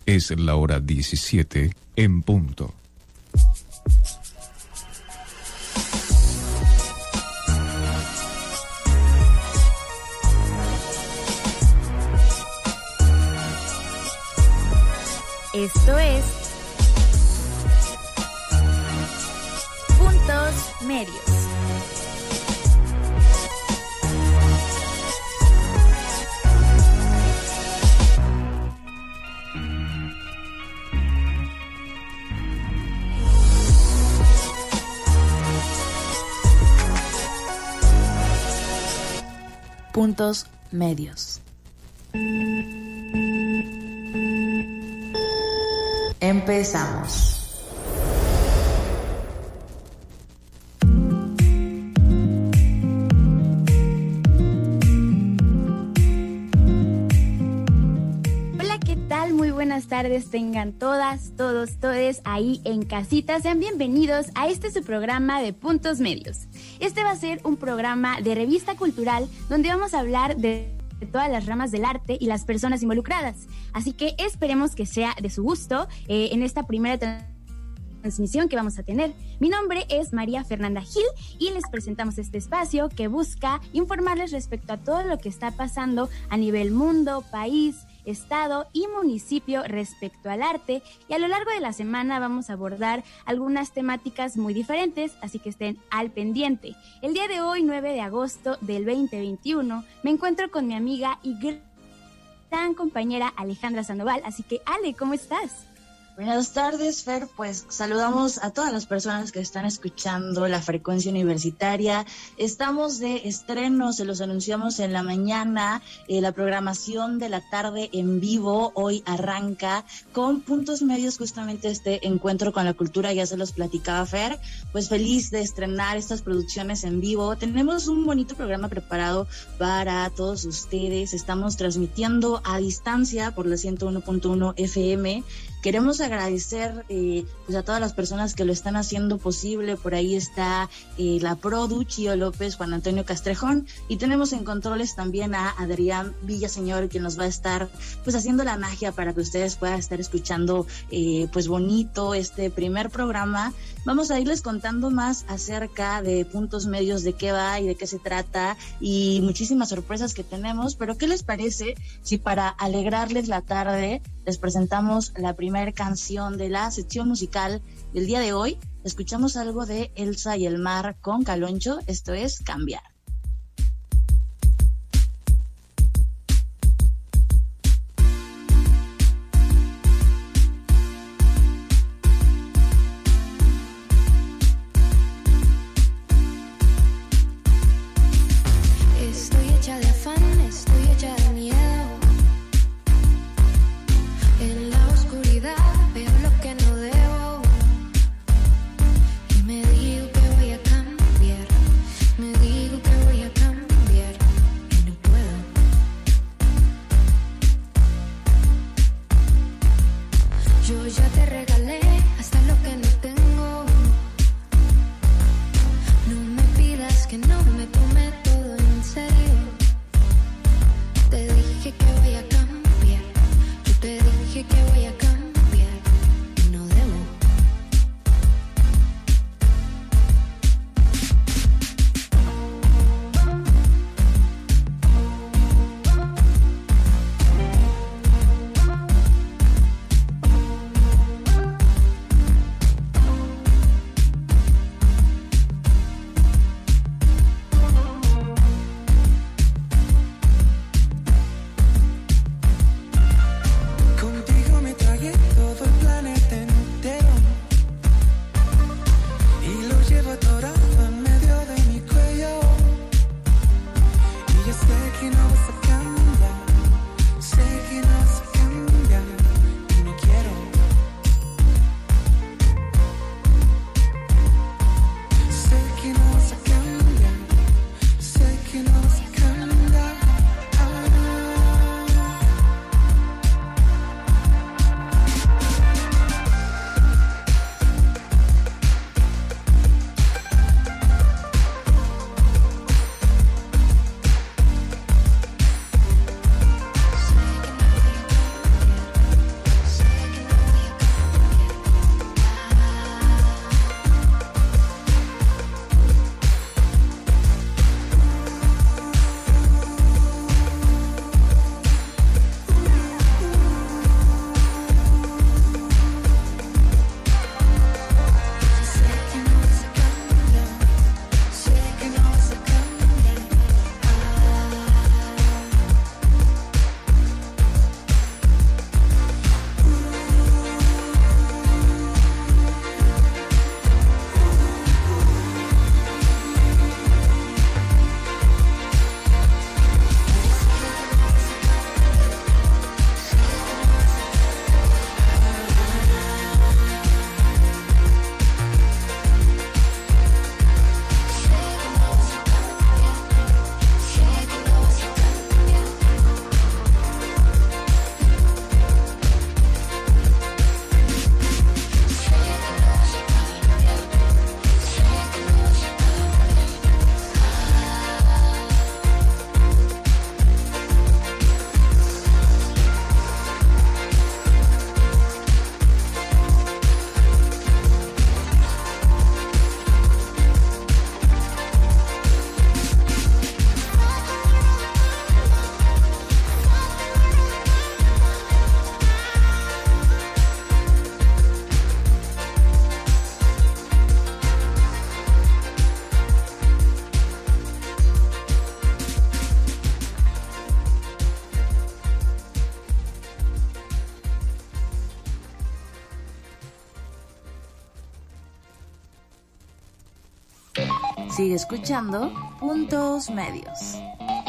Es la hora 17 en punto. Esto es Puntos Medios. Puntos Medios. Empezamos. Hola, ¿qué tal? Muy buenas tardes tengan todas, todos, todes ahí en casita. Sean bienvenidos a su programa de Puntos Medios. Este va a ser un programa de revista cultural donde vamos a hablar de todas las ramas del arte y las personas involucradas. Así que esperemos que sea de su gusto en esta primera transmisión que vamos a tener. Mi nombre es María Fernanda Gil y les presentamos este espacio que busca informarles respecto a todo lo que está pasando a nivel mundo, país, estado y municipio respecto al arte, y a lo largo de la semana vamos a abordar algunas temáticas muy diferentes, así que estén al pendiente. El día de hoy, 9 de agosto del 2021, me encuentro con mi amiga y gran compañera Alejandra Sandoval, así que Ale, ¿cómo estás? Buenas tardes, Fer. Pues saludamos a todas las personas que están escuchando la frecuencia universitaria. Estamos de estreno, se los anunciamos en la mañana. La programación de la tarde en vivo hoy arranca con Puntos Medios, justamente este encuentro con la cultura, ya se los platicaba Fer. Pues feliz de estrenar estas producciones en vivo. Tenemos un bonito programa preparado para todos ustedes. Estamos transmitiendo a distancia por la 101.1 FM. Queremos agradecer pues a todas las personas que lo están haciendo posible. Por ahí está la Produ, Chío López, Juan Antonio Castrejón, y tenemos en controles también a Adrián Villaseñor, quien nos va a estar pues haciendo la magia para que ustedes puedan estar escuchando pues bonito este primer programa. Vamos a irles contando más acerca de Puntos Medios, de qué va y de qué se trata, y muchísimas sorpresas que tenemos. Pero ¿qué les parece si para alegrarles la tarde les presentamos la primera canción de la sección musical del día de hoy? Escuchamos algo de Elsa y el mar con Caloncho. Esto es Cambiar. Estoy hecha de afán, estoy hecha de miedo. En la oscuridad veo lo que no debo y me digo que voy a cambiar, me digo que voy a cambiar y no puedo. Yo ya te regalé hasta lo que no tengo. No me pidas que no me tome todo en serio. Te dije que voy a cambiar, yo te dije que voy a cambiar y no debo. Contigo me tragué Sigue escuchando Puntos Medios.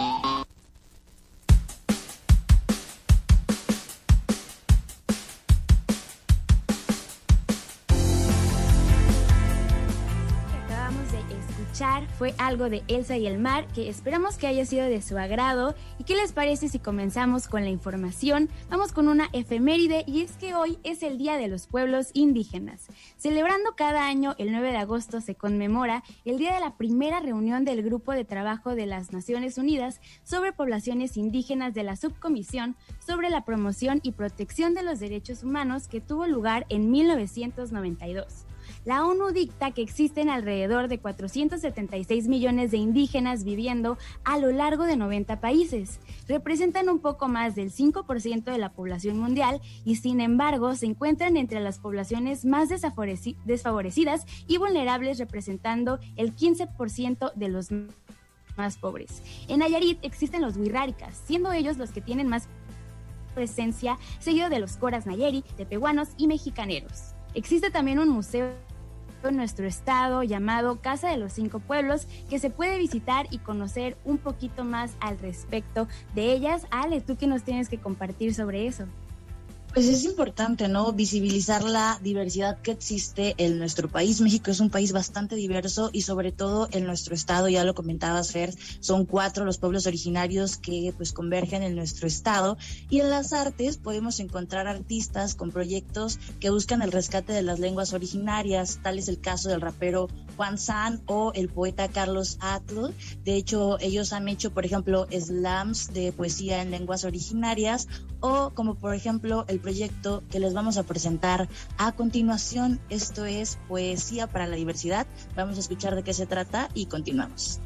Fue algo de Elsa y el mar, que esperamos que haya sido de su agrado. ¿Y qué les parece si comenzamos con la información? Vamos con una efeméride, y es que hoy es el Día de los Pueblos Indígenas. Celebrando cada año el 9 de agosto se conmemora el día de la primera reunión del Grupo de Trabajo de las Naciones Unidas sobre Poblaciones Indígenas de la Subcomisión sobre la Promoción y Protección de los Derechos Humanos, que tuvo lugar en 1992. La ONU dicta que existen alrededor de 476 millones de indígenas viviendo a lo largo de 90 países. Representan un poco más del 5% de la población mundial y, sin embargo, se encuentran entre las poblaciones más desfavorecidas y vulnerables, representando el 15% de los más pobres. En Nayarit existen los wixárikas, siendo ellos los que tienen más presencia, seguido de los coras nayeri, tepehuanos y mexicaneros. Existe también un museo en nuestro estado llamado Casa de los Cinco Pueblos, que se puede visitar y conocer un poquito más al respecto de ellas. Ale, ¿tú qué nos tienes que compartir sobre eso? Pues es importante, ¿no?, visibilizar la diversidad que existe en nuestro país. México es un país bastante diverso y sobre todo en nuestro estado, ya lo comentabas, Fer, son 4 los pueblos originarios que pues convergen en nuestro estado. Y en las artes podemos encontrar artistas con proyectos que buscan el rescate de las lenguas originarias. Tal es el caso del rapero Juan San o el poeta Carlos Atl. De hecho, ellos han hecho, por ejemplo, slams de poesía en lenguas originarias, o como por ejemplo el proyecto que les vamos a presentar a continuación. Esto es Poesía para la Diversidad. Vamos a escuchar de qué se trata y continuamos.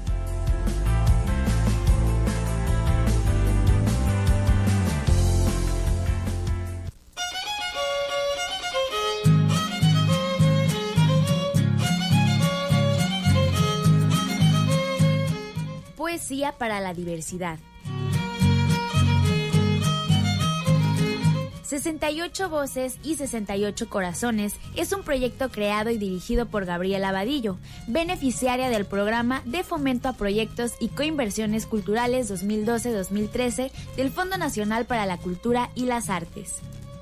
Poesía para la Diversidad. 68 Voces y 68 Corazones es un proyecto creado y dirigido por Gabriela Vadillo, beneficiaria del Programa de Fomento a Proyectos y Coinversiones Culturales 2012-2013 del Fondo Nacional para la Cultura y las Artes.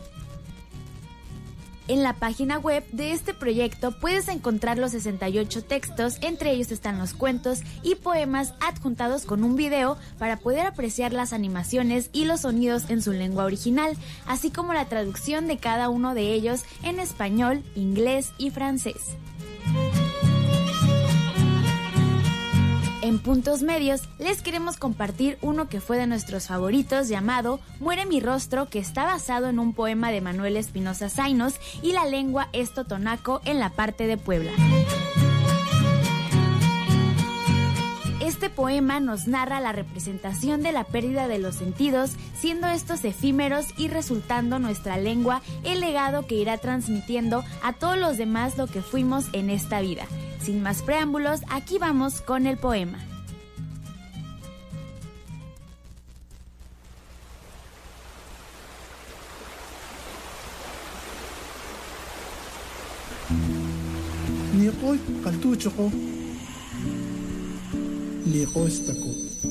En la página web de este proyecto puedes encontrar los 68 textos, entre ellos están los cuentos y poemas adjuntados con un video para poder apreciar las animaciones y los sonidos en su lengua original, así como la traducción de cada uno de ellos en español, inglés y francés. En Puntos Medios les queremos compartir uno que fue de nuestros favoritos, llamado Muere mi rostro, que está basado en un poema de Manuel Espinosa Zainos y la lengua es totonaco en la parte de Puebla. Este poema nos narra la representación de la pérdida de los sentidos, siendo estos efímeros y resultando nuestra lengua el legado que irá transmitiendo a todos los demás lo que fuimos en esta vida. Sin más preámbulos, aquí vamos con el poema. Niqoy qaltuchoko liqoy stako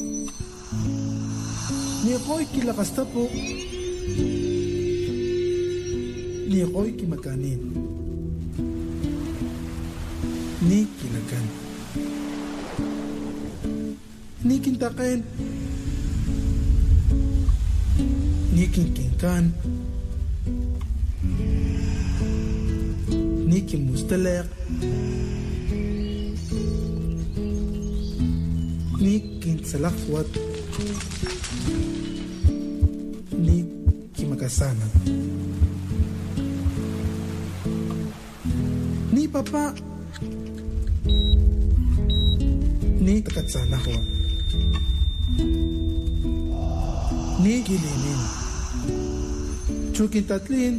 niqoy kilaqastapo niqoy kimakanin ni kilakan ni kintaqen ni kinkinkan ni kimustalaq ni kinsalaqwat ni kimakasana ni papa ni takatsanahwa ni gilinin chu kintatlin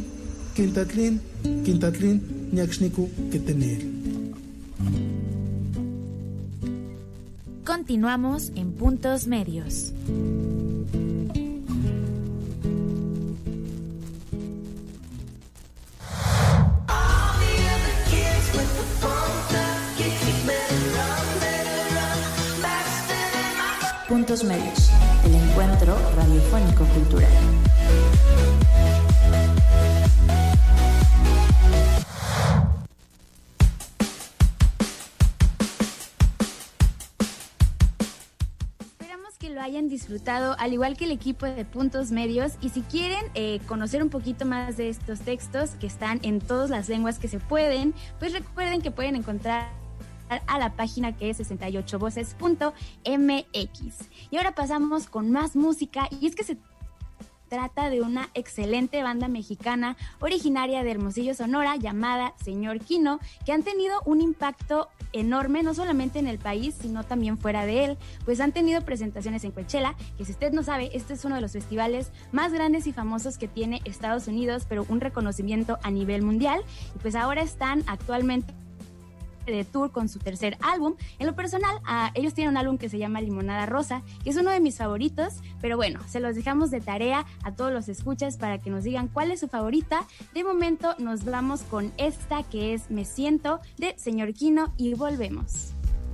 ñaxniku ketenel. Continuamos en Puntos Medios. All the other kids with the phones up, kids you better run them. Puntos Medios, el encuentro radiofónico cultural. Esperamos que lo hayan disfrutado, al igual que el equipo de Puntos Medios. Y si quieren conocer un poquito más de estos textos que están en todas las lenguas que se pueden, pues recuerden que pueden encontrar a la página que es 68voces.mx. Y ahora pasamos con más música, y es que se trata de una excelente banda mexicana originaria de Hermosillo, Sonora, llamada Señor Kino, que han tenido un impacto enorme, no solamente en el país, sino también fuera de él, pues han tenido presentaciones en Coachella, que si usted no sabe, este es uno de los festivales más grandes y famosos que tiene Estados Unidos, pero un reconocimiento a nivel mundial, y pues ahora están actualmente de tour con su tercer álbum. En lo personal, ellos tienen un álbum que se llama Limonada Rosa, que es uno de mis favoritos, pero bueno, se los dejamos de tarea a todos los escuchas para que nos digan cuál es su favorita. De momento nos vamos con esta, que es Me Siento, de Señor Kino, y volvemos.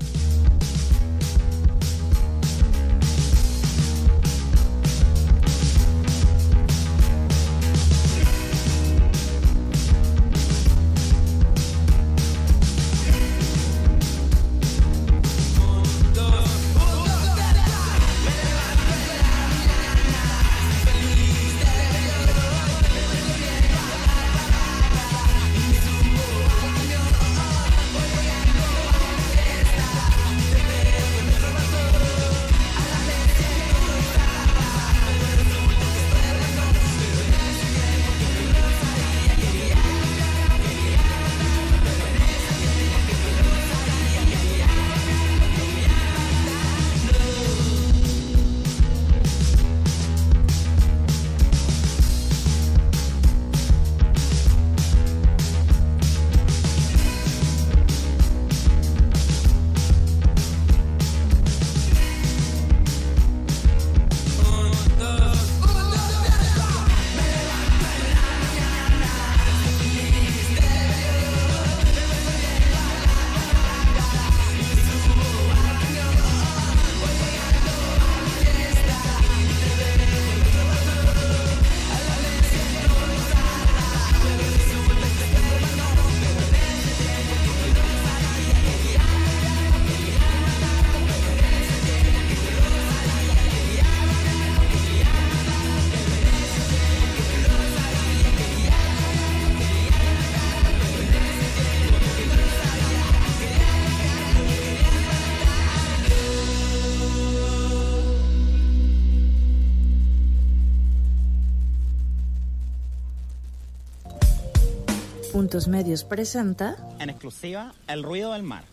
Puntos Medios presenta en exclusiva El Ruido del Mar.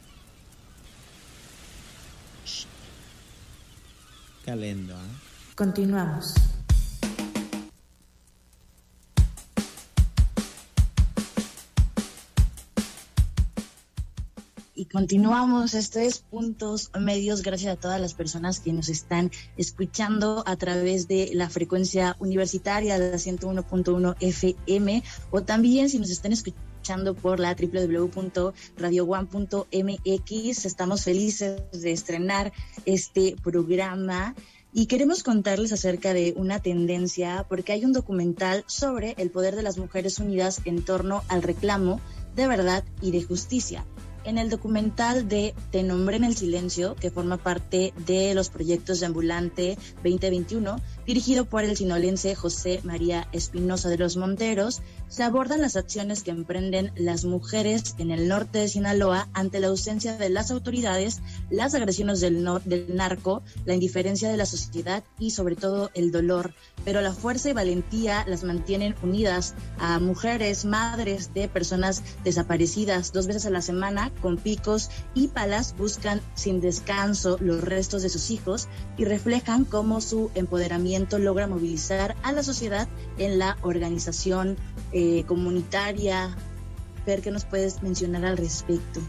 Qué lindo, ¿eh? Continuamos. Y continuamos, esto es Puntos Medios, gracias a todas las personas que nos están escuchando a través de la frecuencia universitaria de la 101.1 FM, o también si nos están escuchando por la www.radioone.mx. Estamos felices de estrenar este programa y queremos contarles acerca de una tendencia, porque hay un documental sobre el poder de las mujeres unidas en torno al reclamo de verdad y de justicia. En el documental de Te Nombré en el Silencio, que forma parte de los proyectos de Ambulante 2021, dirigido por el sinolense José María Espinosa de los Monteros, se abordan las acciones que emprenden las mujeres en el norte de Sinaloa ante la ausencia de las autoridades, las agresiones del narco, la indiferencia de la sociedad y sobre todo el dolor. Pero la fuerza y valentía las mantienen unidas a mujeres, madres de personas desaparecidas. 2 veces a la semana, con picos y palas, buscan sin descanso los restos de sus hijos y reflejan cómo su empoderamiento logra movilizar a la sociedad en la organización comunitaria. Fer, ¿qué nos puedes mencionar al respecto?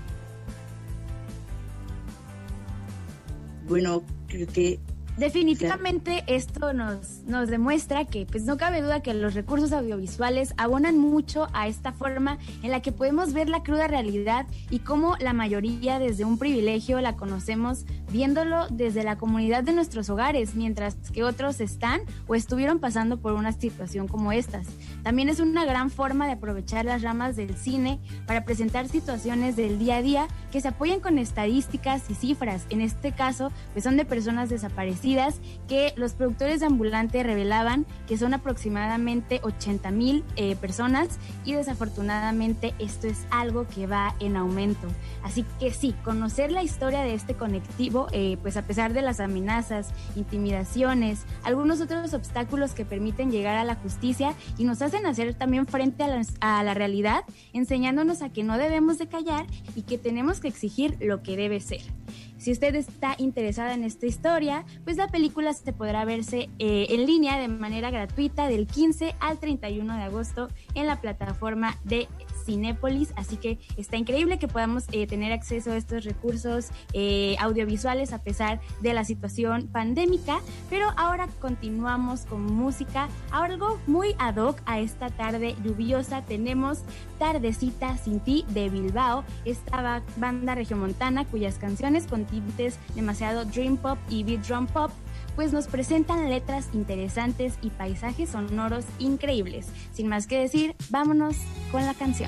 Bueno, creo que definitivamente esto nos demuestra que pues no cabe duda que los recursos audiovisuales abonan mucho a esta forma en la que podemos ver la cruda realidad y cómo la mayoría desde un privilegio la conocemos viéndolo desde la comunidad de nuestros hogares, mientras que otros están o estuvieron pasando por una situación como estas. También es una gran forma de aprovechar las ramas del cine para presentar situaciones del día a día que se apoyan con estadísticas y cifras. En este caso, pues son de personas desaparecidas que los productores de Ambulante revelaban que son aproximadamente 80,000 personas, y desafortunadamente esto es algo que va en aumento. Así que sí, conocer la historia de este colectivo, pues a pesar de las amenazas, intimidaciones, algunos otros obstáculos que permiten llegar a la justicia y nos hacen hacer también frente a la realidad, enseñándonos a que no debemos de callar y que tenemos que exigir lo que debe ser. Si usted está interesada en esta historia, pues la película se podrá verse en línea de manera gratuita del 15 al 31 de agosto en la plataforma de Cinépolis, así que está increíble que podamos tener acceso a estos recursos audiovisuales a pesar de la situación pandémica. Pero ahora continuamos con música, algo muy ad hoc a esta tarde lluviosa. Tenemos Tardecita sin ti de Bilbao, esta banda regiomontana cuyas canciones con tintes demasiado dream pop y beat drum pop pues nos presentan letras interesantes y paisajes sonoros increíbles. Sin más que decir, vámonos con la canción.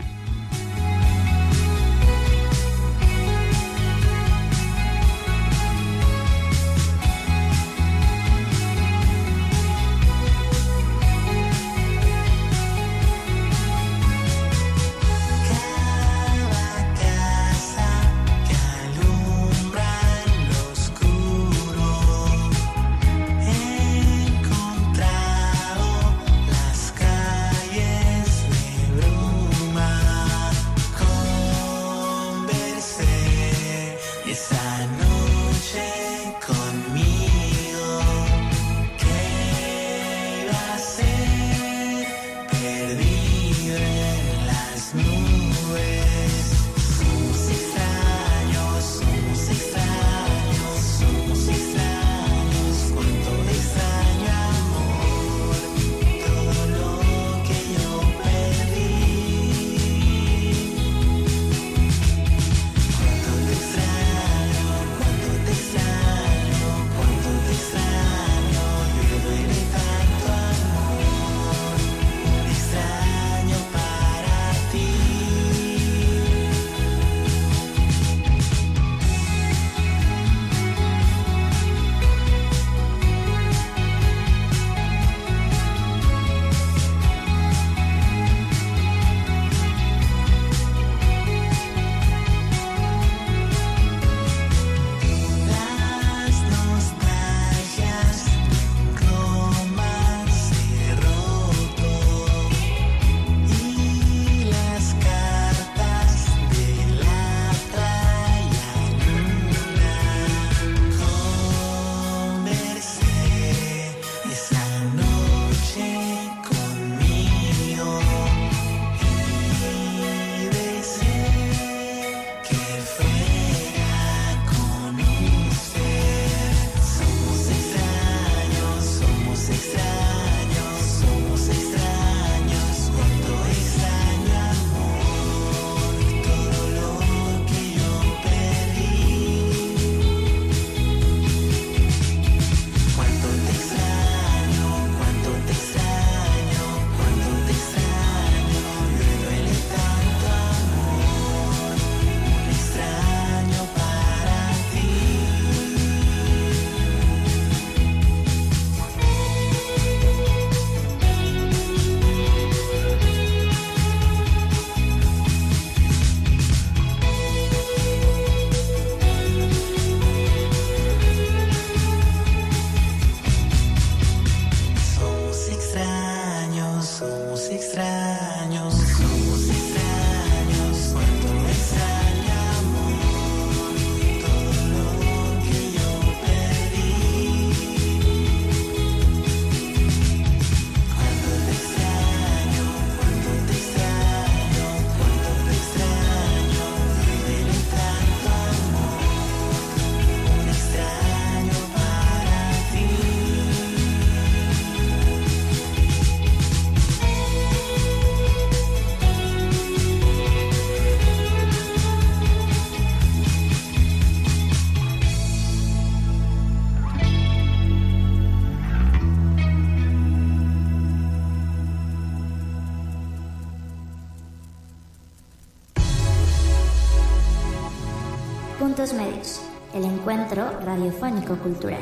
Puntos Medios, el encuentro radiofónico-cultural.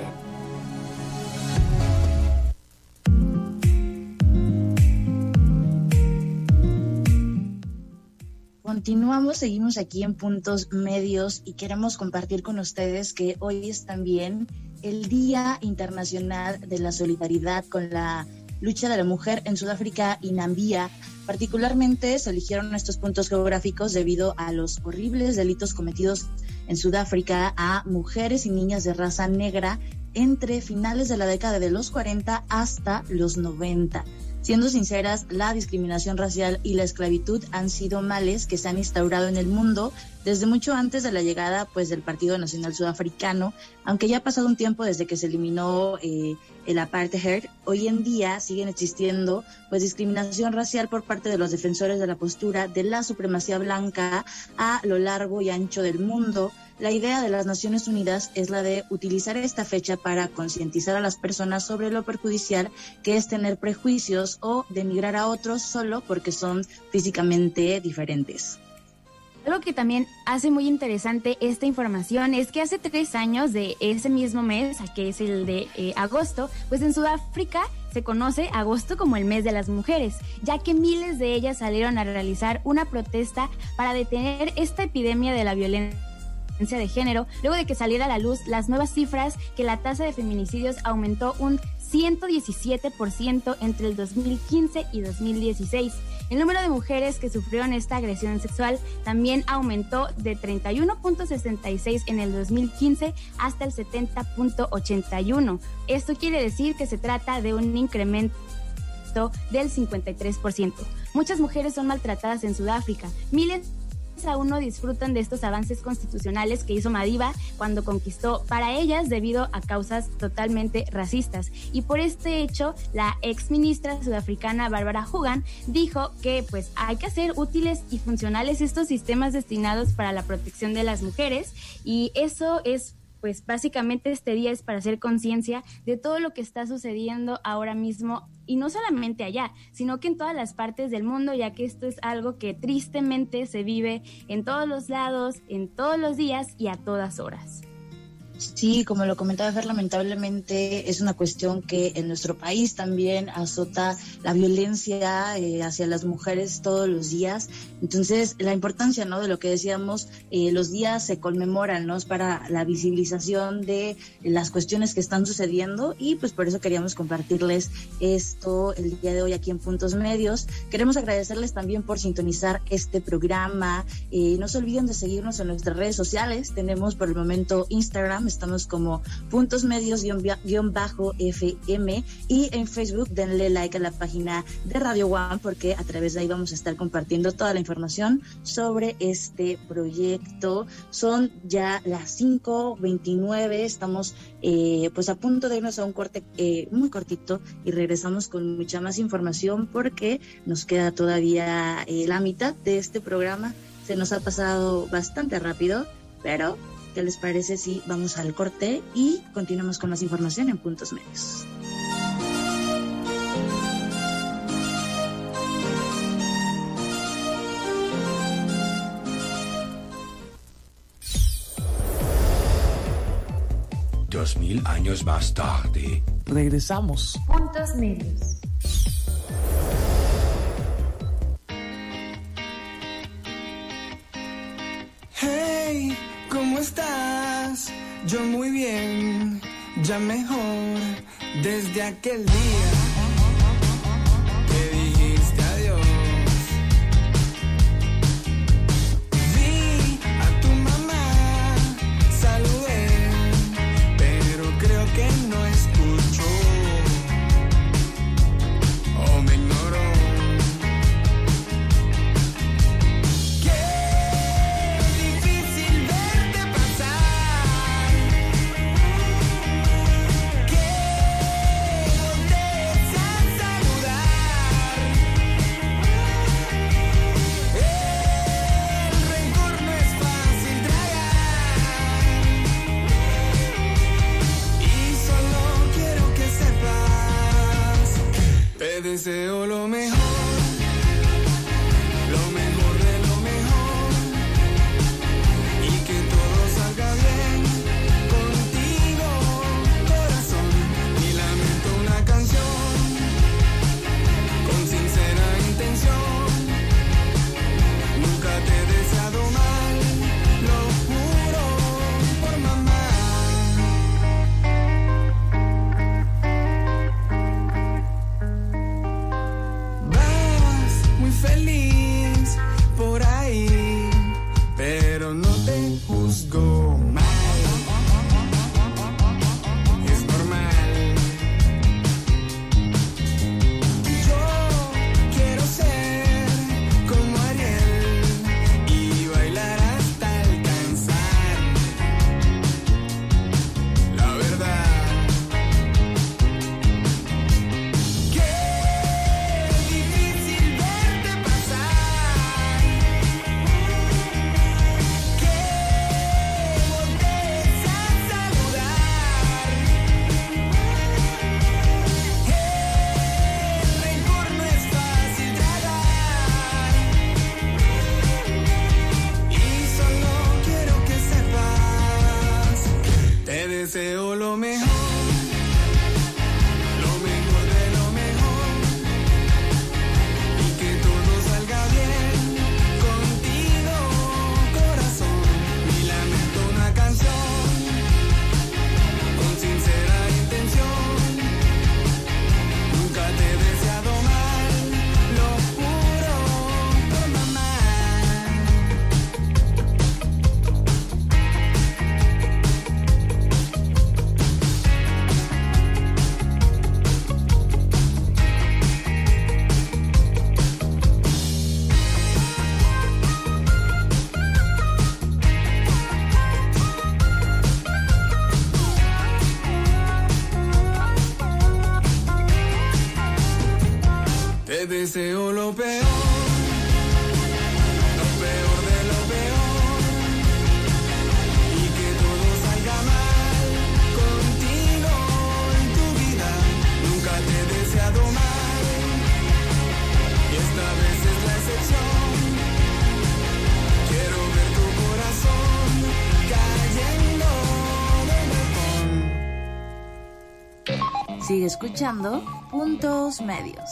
Continuamos, seguimos aquí en Puntos Medios y queremos compartir con ustedes que hoy es también el Día Internacional de la Solidaridad con la lucha de la mujer en Sudáfrica y Namibia. Particularmente se eligieron estos puntos geográficos debido a los horribles delitos cometidos en Sudáfrica a mujeres y niñas de raza negra entre finales de la década de los 40 hasta los 90. Siendo sinceras, la discriminación racial y la esclavitud han sido males que se han instaurado en el mundo desde mucho antes de la llegada del Partido Nacional Sudafricano. Aunque ya ha pasado un tiempo desde que se eliminó el apartheid, hoy en día siguen existiendo discriminación racial por parte de los defensores de la postura de la supremacía blanca a lo largo y ancho del mundo. La idea de las Naciones Unidas es la de utilizar esta fecha para concientizar a las personas sobre lo perjudicial que es tener prejuicios o denigrar a otros solo porque son físicamente diferentes. Algo que también hace muy interesante esta información es que hace 3 años de ese mismo mes, que es el de agosto, en Sudáfrica se conoce agosto como el mes de las mujeres, ya que miles de ellas salieron a realizar una protesta para detener esta epidemia de la violencia de género, luego de que saliera a la luz las nuevas cifras que la tasa de feminicidios aumentó un 117% entre el 2015 y 2016. El número de mujeres que sufrieron esta agresión sexual también aumentó de 31.66 en el 2015 hasta el 70.81. Esto quiere decir que se trata de un incremento del 53%. Muchas mujeres son maltratadas en Sudáfrica. Miles aún no disfrutan de estos avances constitucionales que hizo Madiba cuando conquistó para ellas debido a causas totalmente racistas. Y por este hecho, la ex ministra sudafricana Barbara Hogan dijo que hay que hacer útiles y funcionales estos sistemas destinados para la protección de las mujeres, y eso es básicamente este día es para hacer conciencia de todo lo que está sucediendo ahora mismo, y no solamente allá, sino que en todas las partes del mundo, ya que esto es algo que tristemente se vive en todos los lados, en todos los días y a todas horas. Sí, como lo comentaba Fer, lamentablemente es una cuestión que en nuestro país también azota la violencia hacia las mujeres todos los días. Entonces, la importancia, ¿no?, de lo que decíamos, los días se conmemoran, ¿no?, es para la visibilización de las cuestiones que están sucediendo, y por eso queríamos compartirles esto el día de hoy aquí en Puntos Medios. Queremos agradecerles también por sintonizar este programa. No se olviden de seguirnos en nuestras redes sociales. Tenemos por el momento Instagram, estamos como Puntos Medios_FM, y en Facebook denle like a la página de Radio One, porque a través de ahí vamos a estar compartiendo toda la información sobre este proyecto. Son ya las 5:29, estamos a punto de irnos a un corte muy cortito, y regresamos con mucha más información porque nos queda todavía la mitad de este programa. Se nos ha pasado bastante rápido, pero ¿qué les parece si vamos al corte y continuamos con más información en Puntos Medios? Dos 2000 años más tarde. Regresamos. Puntos Medios. Hey, ¿cómo estás? Yo muy bien, ya mejor, desde aquel día que dijiste adiós. Vi a tu mamá, saludé, pero creo que no escuchó o me ignoró. Sigue escuchando Puntos Medios.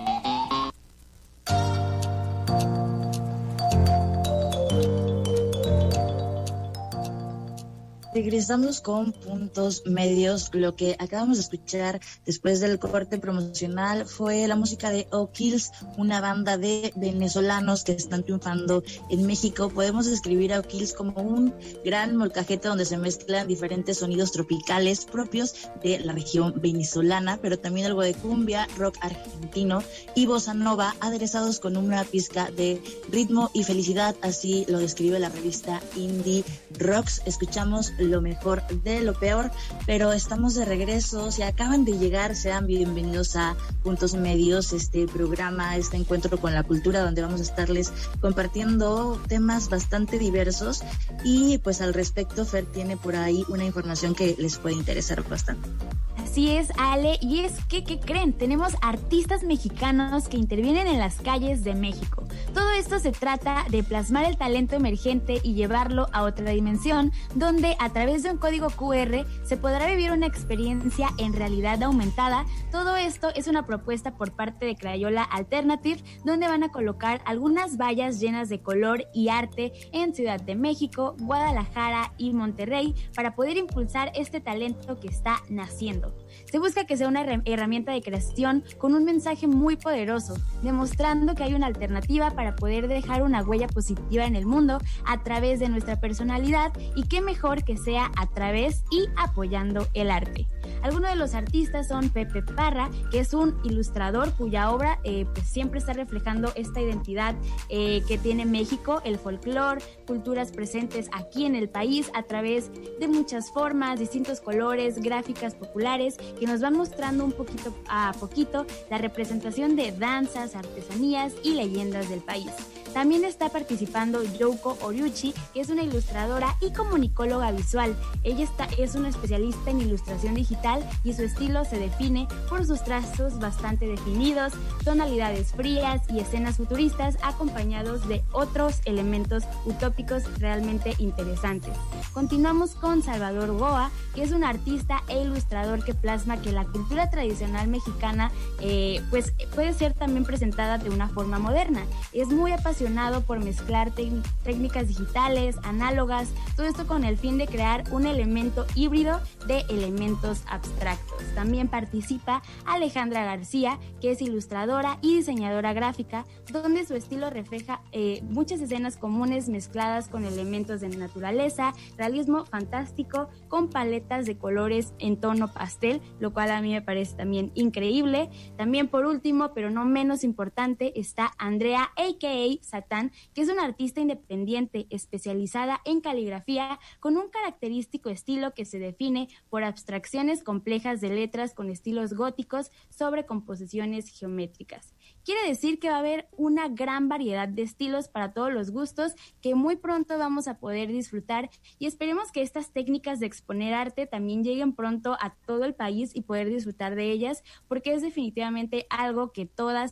Regresamos con Puntos Medios. Lo que acabamos de escuchar después del corte promocional fue la música de O'Kills, una banda de venezolanos que están triunfando en México. Podemos describir a O'Kills como un gran molcajete donde se mezclan diferentes sonidos tropicales propios de la región venezolana, pero también algo de cumbia, rock argentino y bossa nova, aderezados con una pizca de ritmo y felicidad. Así lo describe la revista Indie Rocks. Escuchamos lo mejor de lo peor, pero estamos de regreso. Si acaban de llegar, sean bienvenidos a Puntos Medios, este programa, este encuentro con la cultura, donde vamos a estarles compartiendo temas bastante diversos. Y pues al respecto, Fer tiene por ahí una información que les puede interesar bastante. Así es, Ale, y es que, ¿qué creen? Tenemos artistas mexicanos que intervienen en las calles de México. Todo esto se trata de plasmar el talento emergente y llevarlo a otra dimensión, donde a través de un código QR se podrá vivir una experiencia en realidad aumentada. Todo esto es una propuesta por parte de Crayola Alternative, donde van a colocar algunas vallas llenas de color y arte en Ciudad de México, Guadalajara y Monterrey para poder impulsar este talento que está naciendo. Se busca que sea una herramienta de creación con un mensaje muy poderoso, demostrando que hay una alternativa para poder dejar una huella positiva en el mundo a través de nuestra personalidad, y qué mejor que sea a través y apoyando el arte. Algunos de los artistas son Pepe Parra, que es un ilustrador cuya obra pues siempre está reflejando esta identidad que tiene México, el folclore, culturas presentes aquí en el país a través de muchas formas, distintos colores, gráficas populares que nos van mostrando un poquito a poquito la representación de danzas, artesanías y leyendas del país. También está participando Yoko Oriuchi, que es una ilustradora y comunicóloga visual. Ella es una especialista en ilustración digital y su estilo se define por sus trazos bastante definidos, tonalidades frías y escenas futuristas acompañados de otros elementos utópicos realmente interesantes. Continuamos con Salvador Goa, que es un artista e ilustrador que plasma que la cultura tradicional mexicana pues puede ser también presentada de una forma moderna. Es muy apasionado por mezclar técnicas digitales, análogas, todo esto con el fin de crear un elemento híbrido de elementos abstractos. También participa Alejandra García, que es ilustradora y diseñadora gráfica, donde su estilo refleja muchas escenas comunes mezcladas con elementos de naturaleza, realismo fantástico, con paletas de colores en tono pastel, lo cual a mí me parece también increíble. También, por último, pero no menos importante, está Andrea, a.k.a. Satán, que es una artista independiente especializada en caligrafía con un característico estilo que se define por abstracciones complejas de letras con estilos góticos sobre composiciones geométricas. Quiere decir que va a haber una gran variedad de estilos para todos los gustos que muy pronto vamos a poder disfrutar, y esperemos que estas técnicas de exponer arte también lleguen pronto a todo el país y poder disfrutar de ellas, porque es definitivamente algo que todas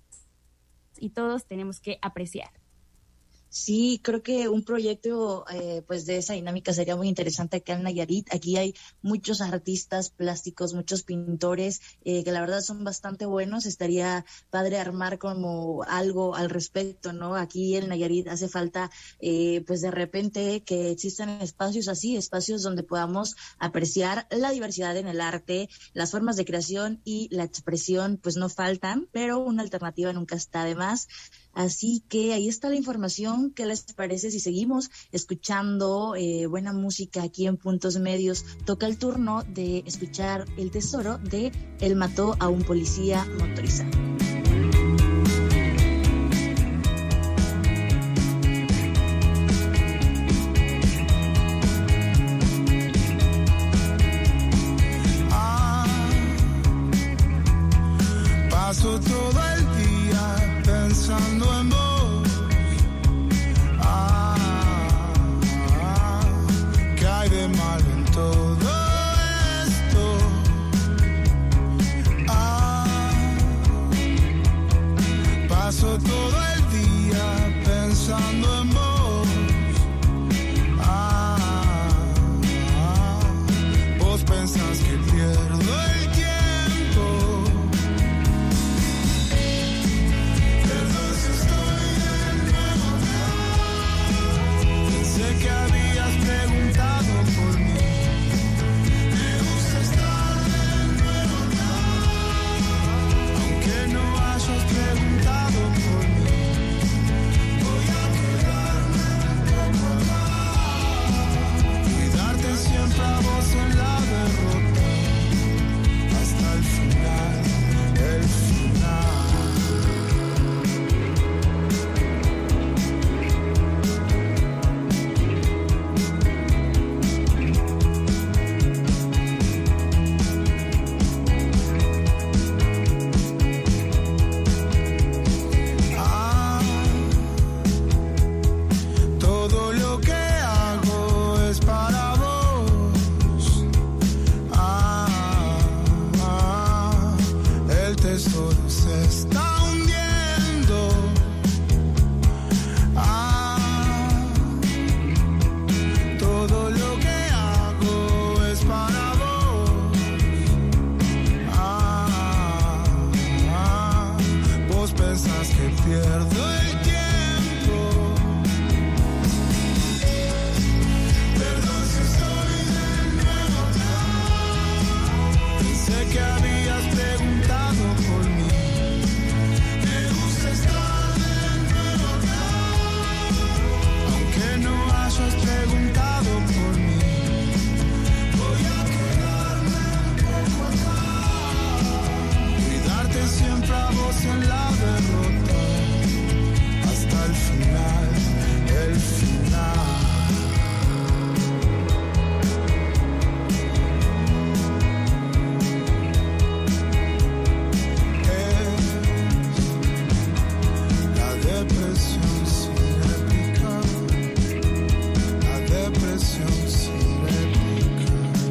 y todos tenemos que apreciar. Sí, creo que un proyecto pues de esa dinámica sería muy interesante acá en Nayarit. Aquí hay muchos artistas plásticos, muchos pintores que la verdad son bastante buenos. Estaría padre armar como algo al respecto, ¿no? Aquí en Nayarit hace falta pues de repente que existan espacios así, espacios donde podamos apreciar la diversidad en el arte, las formas de creación y la expresión pues no faltan, pero una alternativa nunca está de más. Así que ahí está la información. ¿Qué les parece si seguimos escuchando buena música aquí en Puntos Medios? Toca el turno de escuchar El Tesoro de Él mató a un policía motorizado. Paso todo el día pensando en vos. ¿Qué hay de malo en todo esto? al final, el final. Depresión sin réplica, la depresión sin réplica.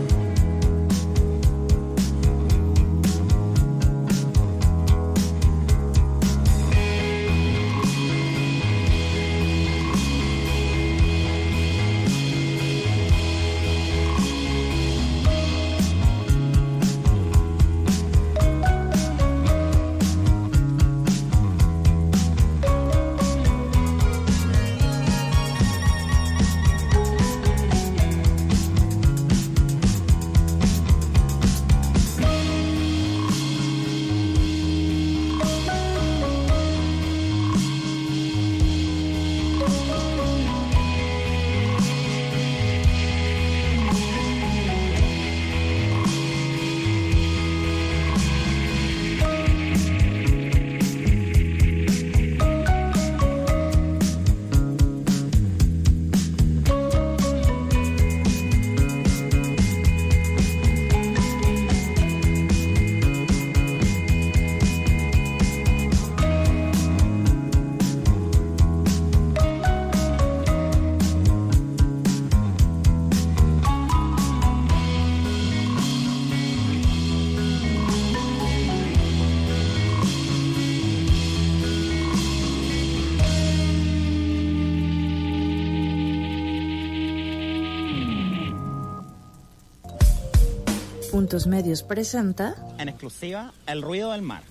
Puntos Medios presenta En exclusiva, El ruido del mar.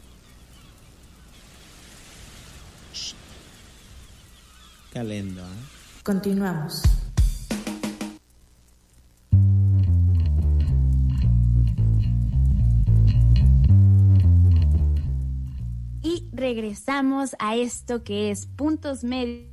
Calendo, ¿eh? Continuamos. Y regresamos a esto que es Puntos Medios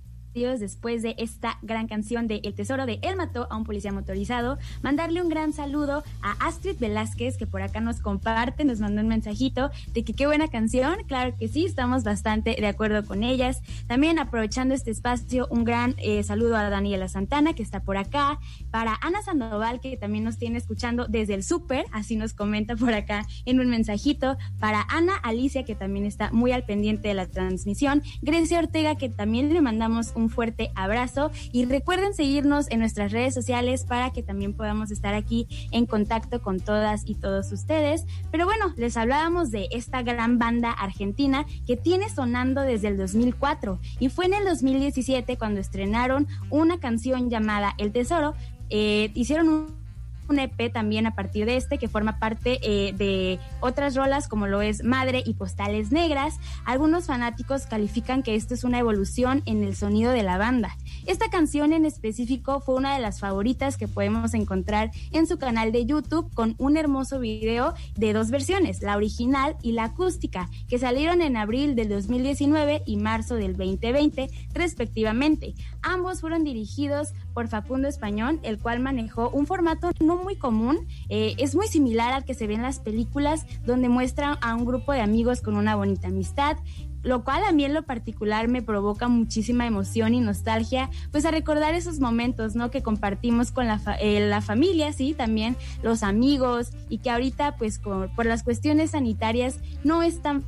después de esta gran canción de El Tesoro de Él mató a un policía motorizado. Mandarle un gran saludo a Astrid Velázquez, que por acá nos comparte, nos mandó un mensajito de que qué buena canción. Claro que sí, estamos bastante de acuerdo con ellas. También aprovechando este espacio, un gran saludo a Daniela Santana, que está por acá, para Ana Sandoval, que también nos tiene escuchando desde el súper, así nos comenta por acá en un mensajito, para Ana Alicia, que también está muy al pendiente de la transmisión, Grecia Ortega, que también le mandamos un fuerte abrazo, y recuerden seguirnos en nuestras redes sociales para que también podamos estar aquí en contacto con todas y todos ustedes. Pero bueno, les hablábamos de esta gran banda argentina que tiene sonando desde el 2004, y fue en el 2017 cuando estrenaron una canción llamada El Tesoro. Hicieron un EP también a partir de que forma parte de otras rolas como lo es Madre y Postales Negras. Algunos fanáticos califican que esto es una evolución en el sonido de la banda. Esta canción en específico fue una de las favoritas que podemos encontrar en su canal de YouTube, con un hermoso video de dos versiones, la original y la acústica, que salieron en abril del 2019 y marzo del 2020 respectivamente. Ambos fueron dirigidos por Facundo Español, el cual manejó un formato no muy común. Es muy similar al que se ve en las películas, donde muestran a un grupo de amigos con una bonita amistad, lo cual a mí en lo particular me provoca muchísima emoción y nostalgia, pues a recordar esos momentos, ¿no?, que compartimos con la familia, sí, también los amigos, y que ahorita pues por las cuestiones sanitarias no es tan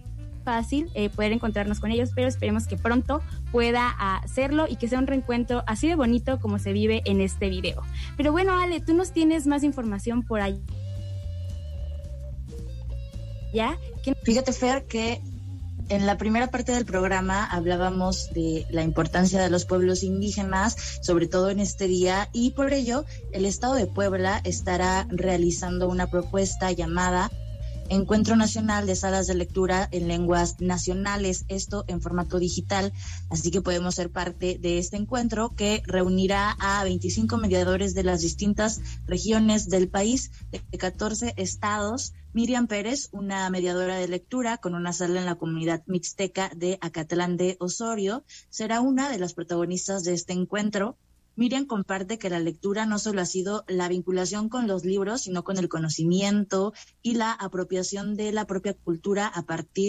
fácil poder encontrarnos con ellos, pero esperemos que pronto pueda hacerlo y que sea un reencuentro así de bonito como se vive en este video. Pero bueno, Ale, tú nos tienes más información por ahí. ¿Ya? Fíjate, Fer, que en la primera parte del programa hablábamos de la importancia de los pueblos indígenas, sobre todo en este día, y por ello el Estado de Puebla estará realizando una propuesta llamada Encuentro Nacional de Salas de Lectura en Lenguas Nacionales, esto en formato digital, así que podemos ser parte de este encuentro que reunirá a 25 mediadores de las distintas regiones del país, de 14 estados. Miriam Pérez, una mediadora de lectura con una sala en la comunidad mixteca de Acatlán de Osorio, será una de las protagonistas de este encuentro. Miriam comparte que la lectura no solo ha sido la vinculación con los libros, sino con el conocimiento y la apropiación de la propia cultura a partir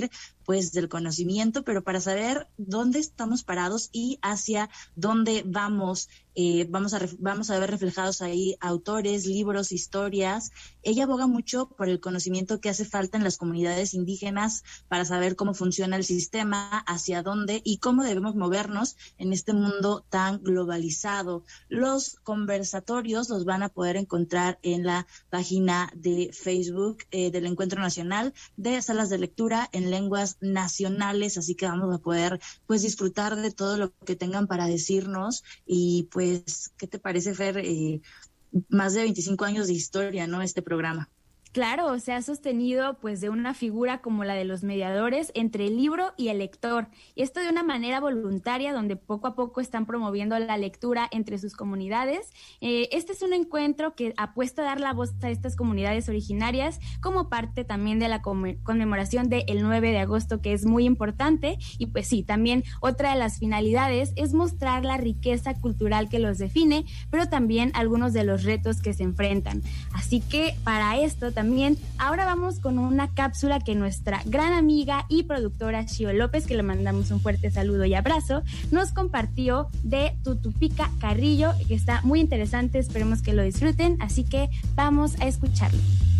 pues del conocimiento, pero para saber dónde estamos parados y hacia dónde vamos. Vamos a ver reflejados ahí autores, libros, historias. Ella aboga mucho por el conocimiento que hace falta en las comunidades indígenas para saber cómo funciona el sistema, hacia dónde y cómo debemos movernos en este mundo tan globalizado. Los conversatorios los van a poder encontrar en la página de Facebook del Encuentro Nacional de Salas de Lectura en Lenguas Nacionales, así que vamos a poder pues disfrutar de todo lo que tengan para decirnos. Y pues, ¿qué te parece, Fer? Más de 25 años de historia, ¿no? Este programa. Claro, se ha sostenido pues de una figura como la de los mediadores entre el libro y el lector, y esto de una manera voluntaria donde poco a poco están promoviendo la lectura entre sus comunidades. Este es un encuentro que apuesta a dar la voz a estas comunidades originarias como parte también de la conmemoración del 9 de agosto, que es muy importante. Y pues sí, también otra de las finalidades es mostrar la riqueza cultural que los define, pero también algunos de los retos que se enfrentan. Así que para esto también ahora vamos con una cápsula que nuestra gran amiga y productora Xio López, que le mandamos un fuerte saludo y abrazo, nos compartió de Tutupica Carrillo, que está muy interesante, esperemos que lo disfruten, así que vamos a escucharlo.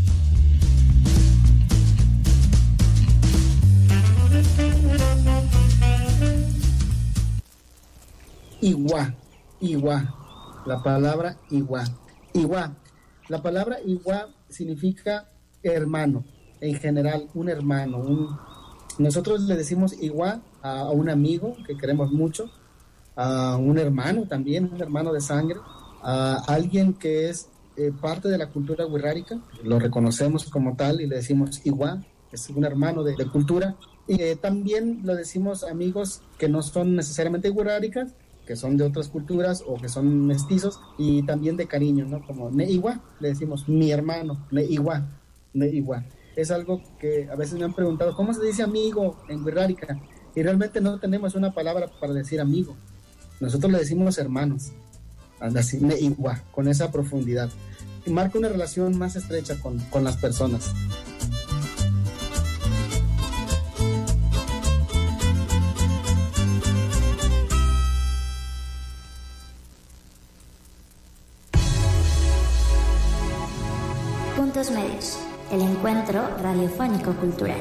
Iguá, la palabra iguá. La palabra iguá significa hermano, en general, un hermano. Nosotros le decimos iguá a un amigo que queremos mucho, a un hermano también, un hermano de sangre, a alguien que es parte de la cultura wixárika, lo reconocemos como tal y le decimos iguá, es un hermano de cultura. Y también lo decimos amigos que no son necesariamente wixárikas, que son de otras culturas o que son mestizos, y también de cariño, ¿no? Como Neigua, le decimos mi hermano, Neigua. Es algo que a veces me han preguntado, ¿cómo se dice amigo en wixárika? Y realmente no tenemos una palabra para decir amigo. Nosotros le decimos hermanos, así, Neigua, con esa profundidad. Y marca una relación más estrecha con las personas. Puntos Medios, el encuentro radiofónico cultural.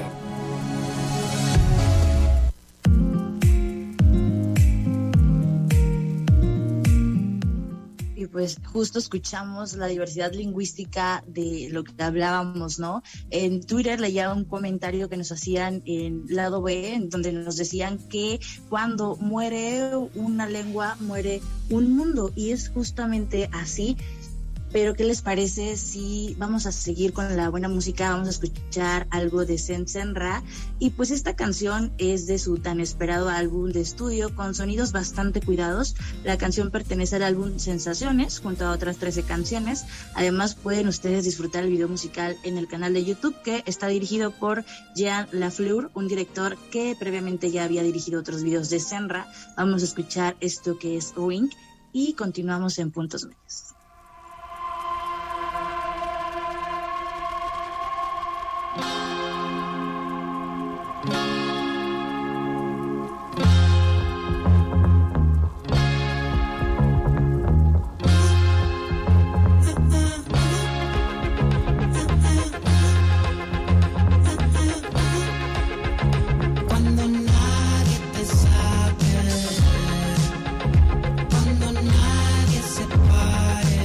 Y pues justo escuchamos la diversidad lingüística de lo que hablábamos, ¿no? En Twitter leía un comentario que nos hacían en Lado B, en donde nos decían que cuando muere una lengua, muere un mundo, y es justamente así. Pero ¿qué les parece si vamos a seguir con la buena música? Vamos a escuchar algo de Senra, y pues esta canción es de su tan esperado álbum de estudio con sonidos bastante cuidados. La canción pertenece al álbum Sensaciones junto a otras 13 canciones. Además pueden ustedes disfrutar el video musical en el canal de YouTube, que está dirigido por Jean Lafleur, un director que previamente ya había dirigido otros videos de Senra. Vamos a escuchar esto que es Ring y continuamos en Puntos Medios. Cuando nadie se pare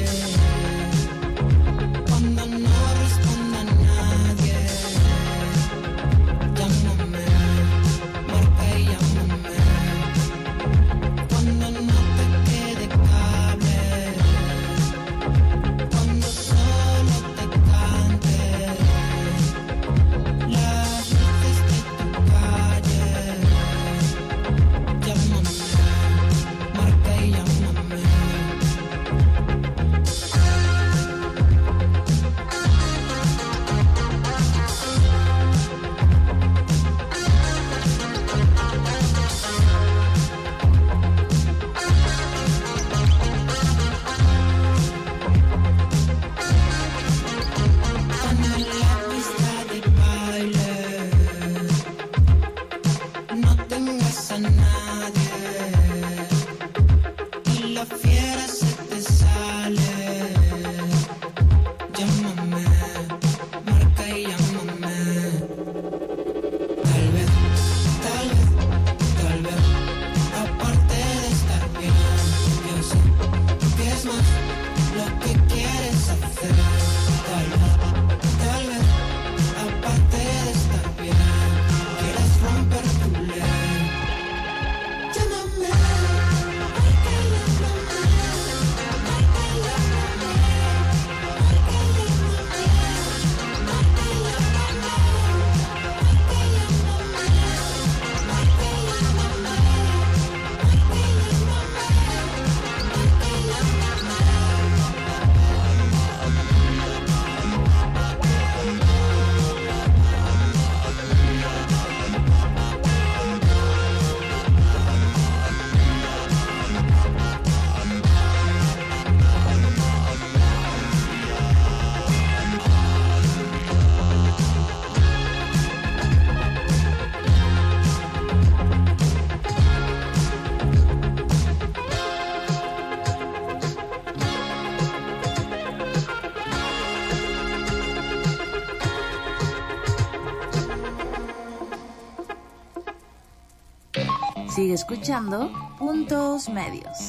Sigue escuchando Puntos Medios.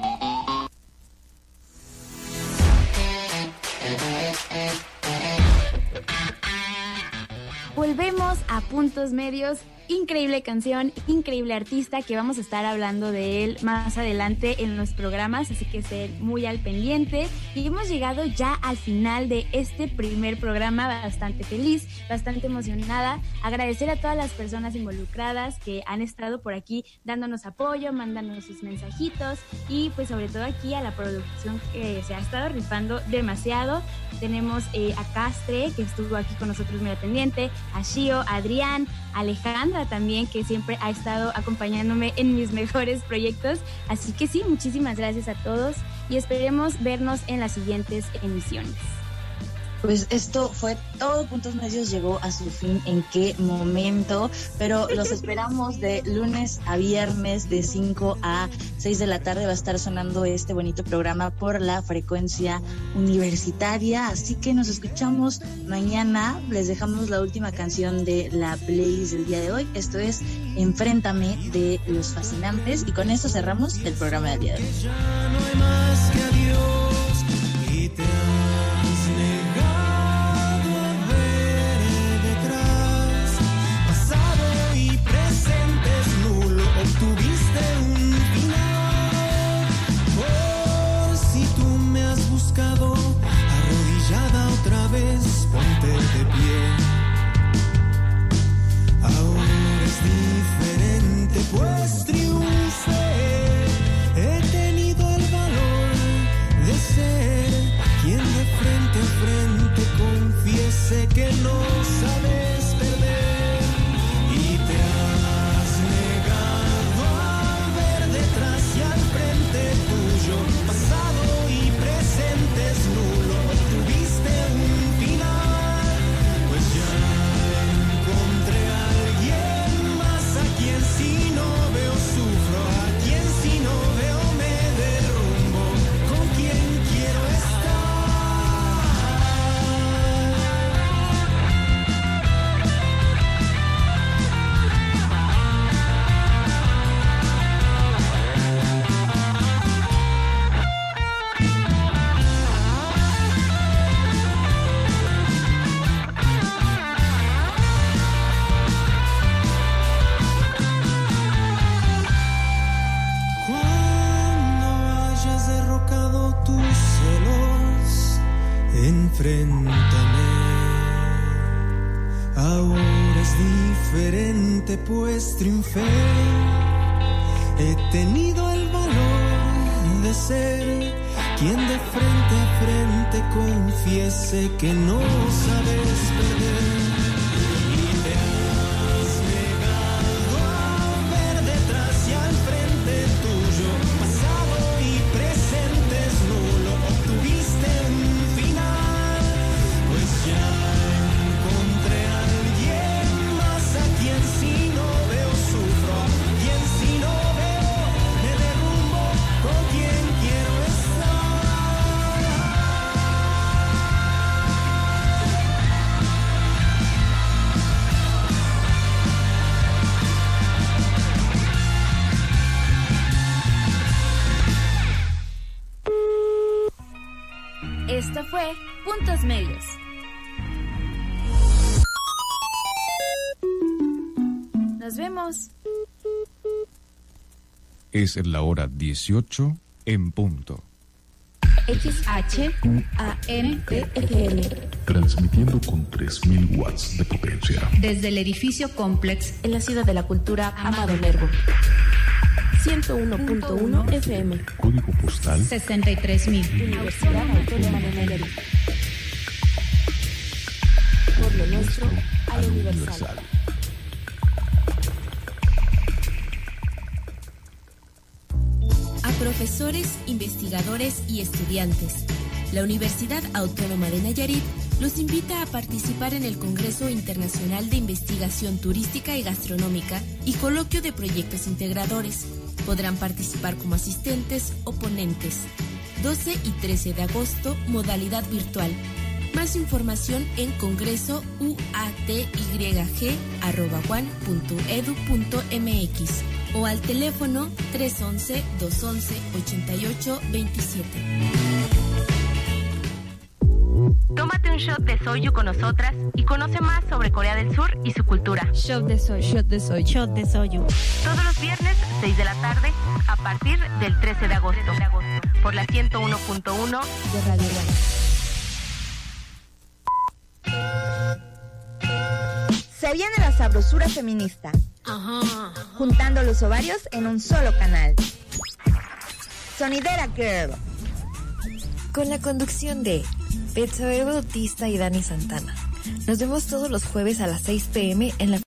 Volvemos a Puntos Medios. Increíble canción, increíble artista, que vamos a estar hablando de él más adelante en los programas, así que estén muy al pendiente. Y hemos llegado ya al final de este primer programa, bastante feliz, bastante emocionada. Agradecer a todas las personas involucradas que han estado por aquí dándonos apoyo, mandándonos sus mensajitos, y pues sobre todo aquí a la producción que se ha estado rifando demasiado. Tenemos a Castre, que estuvo aquí con nosotros muy atendiente, a Shio, a Adrián, a Alejandra también, que siempre ha estado acompañándome en mis mejores proyectos. Así que sí, muchísimas gracias a todos y esperemos vernos en las siguientes emisiones. Pues esto fue todo. Puntos Medios llegó a su fin. ¿En qué momento? Pero los esperamos de lunes a viernes de 5 a 6 de la tarde. Va a estar sonando este bonito programa por la frecuencia universitaria. Así que nos escuchamos mañana. Les dejamos la última canción de la playlist del día de hoy. Esto es Enfréntame de Los Fascinantes. Y con esto cerramos el programa del día de hoy. Ya no hay más que adiós y te has negado a ver detrás. Pasado y presente es nulo, obtuviste un final. Por si tú me has buscado, arrodillada otra vez, ponte de pie. Ahora es diferente, pues triunfé. He tenido el valor de ser quien de frente a frente confiese que no sabes perder. Y te has negado a ver detrás y al frente tuyo. Pasado y presente es nulo, obtuviste un final. Pues ya encontré a alguien más, a quien si no veo sufro, a quien si no veo me derrumbo, con quien quiero estar. Cuando hayas derrocado tus celos, enfréntame. Ahora es diferente, pues triunfé. He tenido el valor de ser quien de frente a frente confiese que no sabes perder. Y te has negado a ver detrás y al frente tuyo. Pasado y presente es nulo, obtuviste un final. Pues ya encontré a alguien más, a quien si no veo sufro, a quien si no veo me derrumbo, con quien quiero estar. Esto fue Puntos Medios. Nos vemos. Es la hora 18 en punto. XHUAMTFM. Transmitiendo con 3000 watts de potencia. Desde el edificio Complex en la Ciudad de la Cultura Amado Nervo. 101.1 FM. Código postal 63,000. Universidad Autónoma de Nayarit. Por lo nuestro, a lo universal. A profesores, investigadores y estudiantes, la Universidad Autónoma de Nayarit los invita a participar en el Congreso Internacional de Investigación Turística y Gastronómica y Coloquio de Proyectos Integradores. Podrán participar como asistentes o ponentes. 12 y 13 de agosto, modalidad virtual. Más información en congresoUATYG@uan.edu.mx o al teléfono 311-211-8827. Tómate un shot de soju con nosotras y conoce más sobre Corea del Sur y su cultura. Shot de soju. Shot de soju. Shot de soju. Todos los viernes, 6 de la tarde, a partir del 13 de agosto. Por la 101.1 de Radio One. Se viene la sabrosura feminista. Ajá. Juntando los ovarios en un solo canal. Sonidera Girl. Con la conducción de Betsabe Bautista y Dani Santana. Nos vemos todos los jueves a las 6 p.m. en la